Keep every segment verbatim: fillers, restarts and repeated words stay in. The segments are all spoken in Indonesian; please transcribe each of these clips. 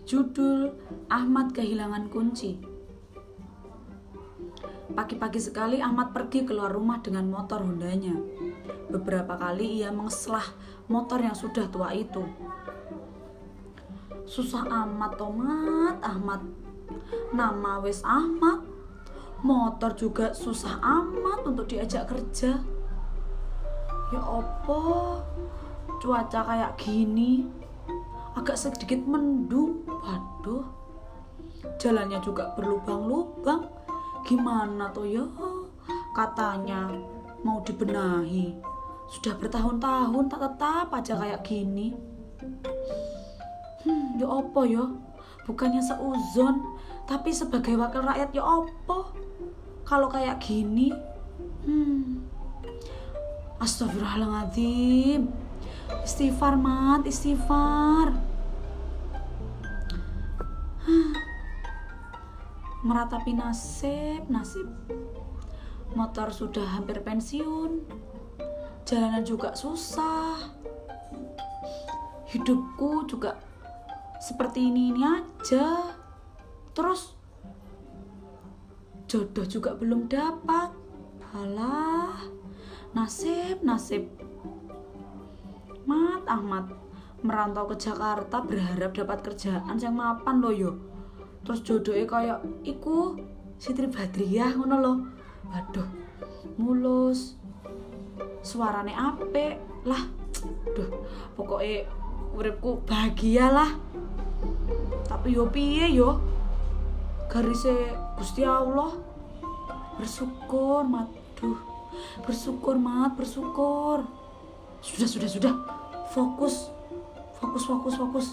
Judul Ahmad Kehilangan Kunci. Pagi-pagi sekali Ahmad pergi keluar rumah dengan motor Hondanya. Beberapa kali ia mengeslah motor yang sudah tua itu. Susah amat tomat Ahmad. Nama wes Ahmad, motor juga susah amat untuk diajak kerja. Ya opo, cuaca kayak gini, agak sedikit mendung. Waduh, jalannya juga berlubang-lubang. Gimana tuh ya? Katanya mau dibenahi. Sudah bertahun-tahun tak tetap aja kayak gini. Hmm, ya opo ya? Bukannya seuzon, tapi sebagai wakil rakyat ya opo? Kalau kayak gini, hmm. Astagfirullahaladzim. Istighfar mat, istighfar. Meratapi nasib, nasib. Motor sudah hampir pensiun. Jalanan juga susah. Hidupku juga seperti ini-ini aja. Terus jodoh juga belum dapat. Alah, nasib, nasib. Mat Ahmad merantau ke Jakarta berharap dapat kerjaan yang mapan loh yo. Terus jodohnya kayak iku Siti Badriah ngono loh. Waduh, mulus, suarane apik lah. Duh, pokoknya uripku bahagia lah. Tapi yo piye yo, garise Gusti Allah. Bersyukur mat, duh, bersyukur mat, bersyukur. Sudah, sudah, sudah. Fokus, fokus, fokus, fokus.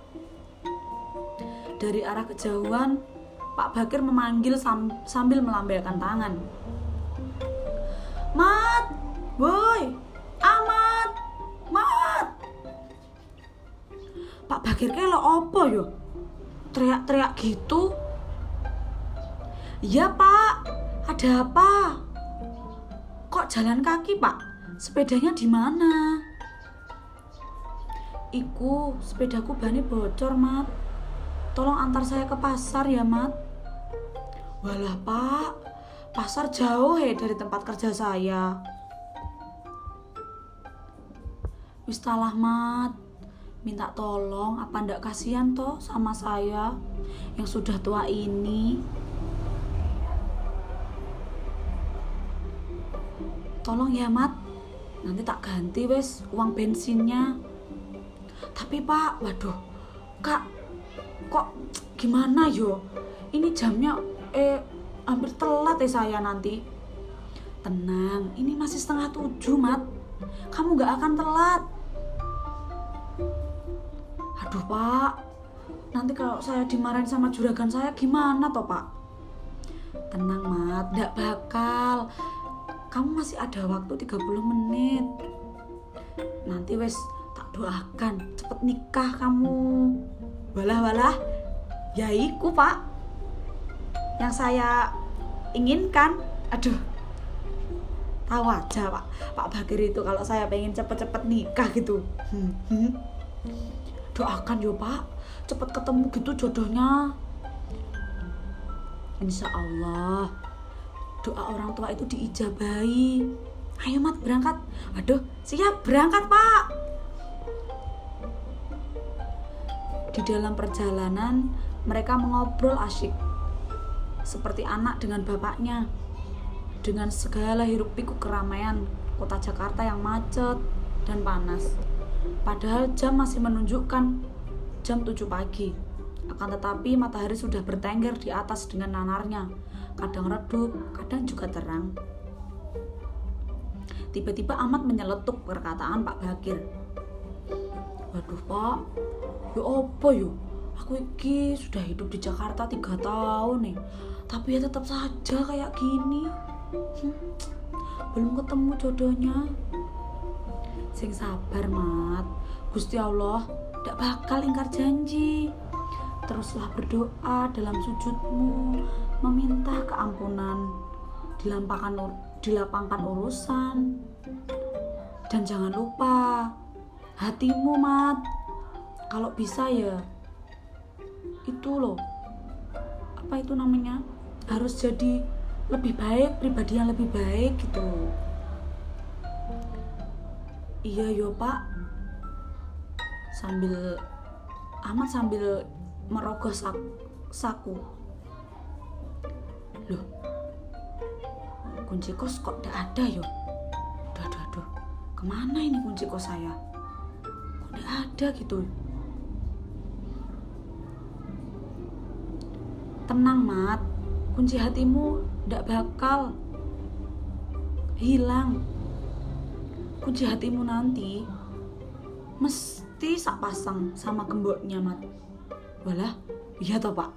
Dari arah kejauhan, Pak Bakir memanggil sam- sambil melambaikan tangan. Mat, woi, Ahmad, Mat. Pak Bakir kayak lo opo yo? Teriak-teriak gitu. Iya Pak, ada apa? Kok jalan kaki Pak? Sepedanya di mana? Iku sepedaku bannya bocor Mat. Tolong antar saya ke pasar ya Mat. Walah Pak, pasar jauh he dari tempat kerja saya. Wis talah Mat, minta tolong apa ndak kasihan toh sama saya yang sudah tua ini. Tolong ya Mat, nanti tak ganti wes uang bensinnya. Tapi Pak, waduh Kak, kok gimana yo? Ini jamnya eh hampir telat ya saya nanti. Tenang, ini masih setengah tujuh Mat. Kamu gak akan telat. Aduh Pak, nanti kalau saya dimarahin sama juragan saya gimana toh Pak? Tenang Mat, gak bakal. Kamu masih ada waktu tiga puluh menit. Nanti wes tak doakan cepet nikah kamu. Walah-walah, ya iku Pak yang saya inginkan. Aduh, tahu aja Pak Pak Bakir itu kalau saya pengen cepet-cepet nikah gitu. hmm, hmm. Doakan yo Pak, cepet ketemu gitu jodohnya. Insya Allah doa orang tua itu diijabahi. Ayo Mat berangkat. Aduh, siap berangkat Pak. Di dalam perjalanan mereka mengobrol asyik seperti anak dengan bapaknya, dengan segala hiruk pikuk keramaian kota Jakarta yang macet dan panas. Padahal jam masih menunjukkan jam tujuh pagi. Akan tetapi matahari sudah bertengger di atas dengan nanarnya, kadang redup, kadang juga terang. Tiba-tiba Ahmad menyeletuk perkataan Pak Bakir. Waduh Pak, ya apa yo? Aku iki sudah hidup di Jakarta tiga tahun nih, tapi ya tetap saja kayak gini. hmm, Belum ketemu jodohnya. Sing sabar Mat, Gusti Allah tidak bakal ingkar janji. Teruslah berdoa dalam sujudmu, meminta keampunan, dilapangkan, dilapangkan urusan. Dan jangan lupa hatimu Mat, kalau bisa ya itu loh, apa itu namanya, harus jadi lebih baik, pribadi yang lebih baik gitu. Iya yo Pak, sambil Ahmad sambil merogoh sak, saku. Loh, kunci kos kok gak ada yo? Aduh, aduh, aduh, kemana ini kunci kos saya? Kok gak ada gitu? Tenang Mat, kunci hatimu gak bakal hilang. Kunci hatimu nanti mesti sak pasang sama gemboknya Mat. Walah, iya toh Pak?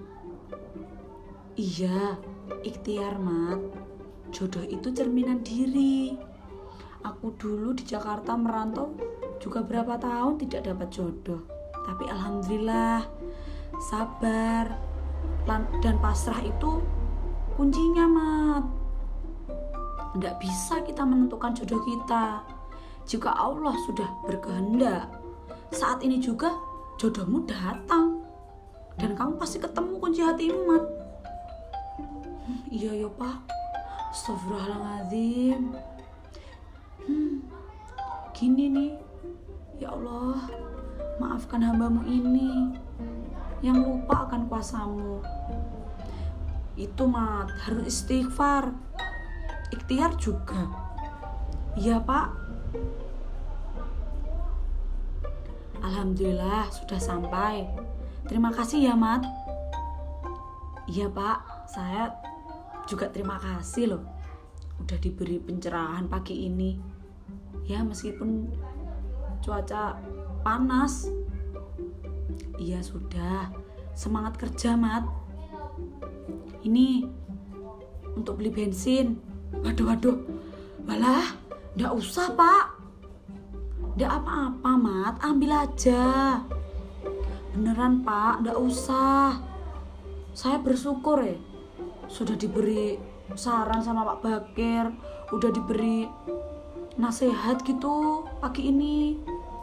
Iya, ikhtiar Mat. Jodoh itu cerminan diri. Aku dulu di Jakarta merantau juga berapa tahun tidak dapat jodoh. Tapi alhamdulillah, sabar dan pasrah itu kuncinya Mat. Nggak bisa kita menentukan jodoh kita jika Allah sudah berkehendak. Saat ini juga jodohmu datang dan kamu pasti ketemu kunci hatimu Mat. hmm, Iya ya Pak, astagfirullahaladzim. hmm, Gini nih, ya Allah, maafkan hambamu ini yang lupa akan kuasamu. Itu Mat, harus istighfar, ikhtiar juga. Iya Pak. Alhamdulillah sudah sampai. Terima kasih ya Mat. Iya Pak, saya juga terima kasih loh udah diberi pencerahan pagi ini. Ya meskipun cuaca panas. Iya sudah, semangat kerja Mat. Ini untuk beli bensin. Waduh waduh, walah, nggak usah Pak. Nggak apa-apa Mat, ambil aja. Beneran Pak, nggak usah. Saya bersyukur ya, sudah diberi saran sama Pak Bakir, udah diberi nasihat gitu pagi ini.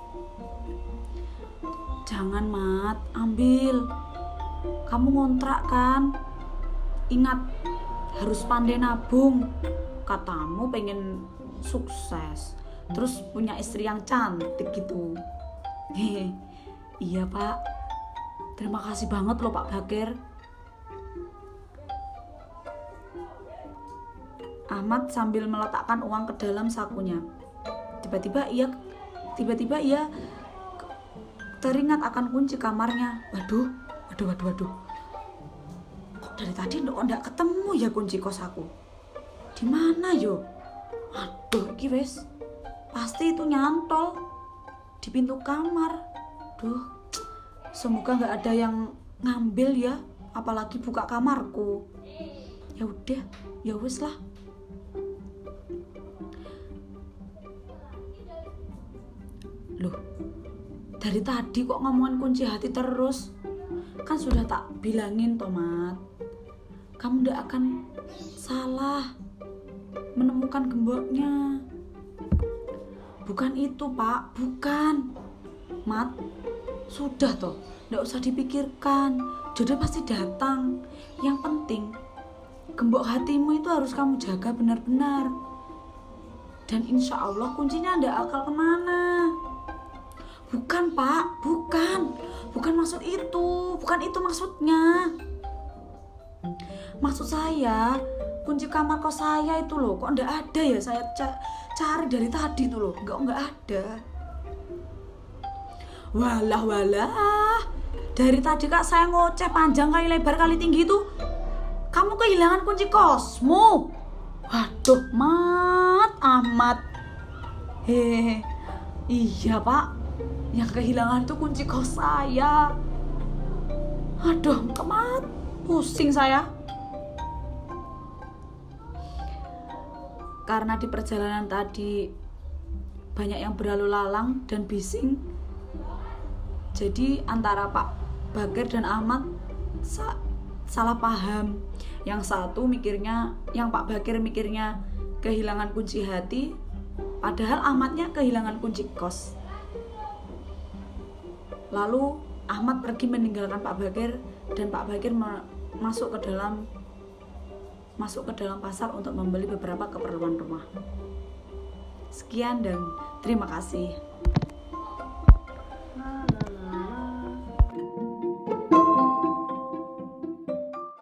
Jangan Mat, ambil. Kamu ngontrak kan? Ingat, harus pandai nabung. Katamu pengen sukses, terus punya istri yang cantik gitu. Hehe. Iya Pak, terima kasih banget loh Pak Bakir. Ahmad sambil meletakkan uang ke dalam sakunya. Tiba-tiba ia tiba-tiba ia teringat akan kunci kamarnya. Waduh, waduh, waduh, waduh. Kok dari tadi ndak ketemu ya kunci kos aku? Di mana yo? Aduh, iki wes pasti itu nyantol di pintu kamar. Duh, semoga nggak ada yang ngambil ya, apalagi buka kamarku. Ya udah, ya wes lah. Loh, dari tadi kok ngomongin kunci hati terus? Kan sudah tak bilangin Tomat, kamu nggak akan salah menemukan gemboknya. Bukan itu Pak, bukan Mat. Sudah toh, nggak usah dipikirkan, jodoh pasti datang. Yang penting gembok hatimu itu harus kamu jaga benar-benar. Dan insya Allah kuncinya nggak akan kemana. Bukan Pak, bukan Bukan maksud itu, bukan itu maksudnya. Maksud saya, kunci kamar kos saya itu loh, kok nggak ada ya? Saya ca- cari dari tadi tuh loh, nggak nggak ada. Walah walah, dari tadi Kak saya ngoceh panjang kali lebar kali tinggi tuh. Kamu kehilangan kunci kosmu. Waduh, Mat, amat. Hehehe. Iya Pak, yang kehilangan tuh kunci kos saya. Aduh, kemat, pusing saya. Karena di perjalanan tadi banyak yang berlalu lalang dan bising, jadi antara Pak Bakir dan Ahmad sa- salah paham. Yang satu mikirnya, yang Pak Bakir mikirnya kehilangan kunci hati, padahal Ahmadnya kehilangan kunci kos. Lalu Ahmad pergi meninggalkan Pak Bakir dan Pak Bakir ma- masuk ke dalam masuk ke dalam pasar untuk membeli beberapa keperluan rumah. Sekian dan terima kasih.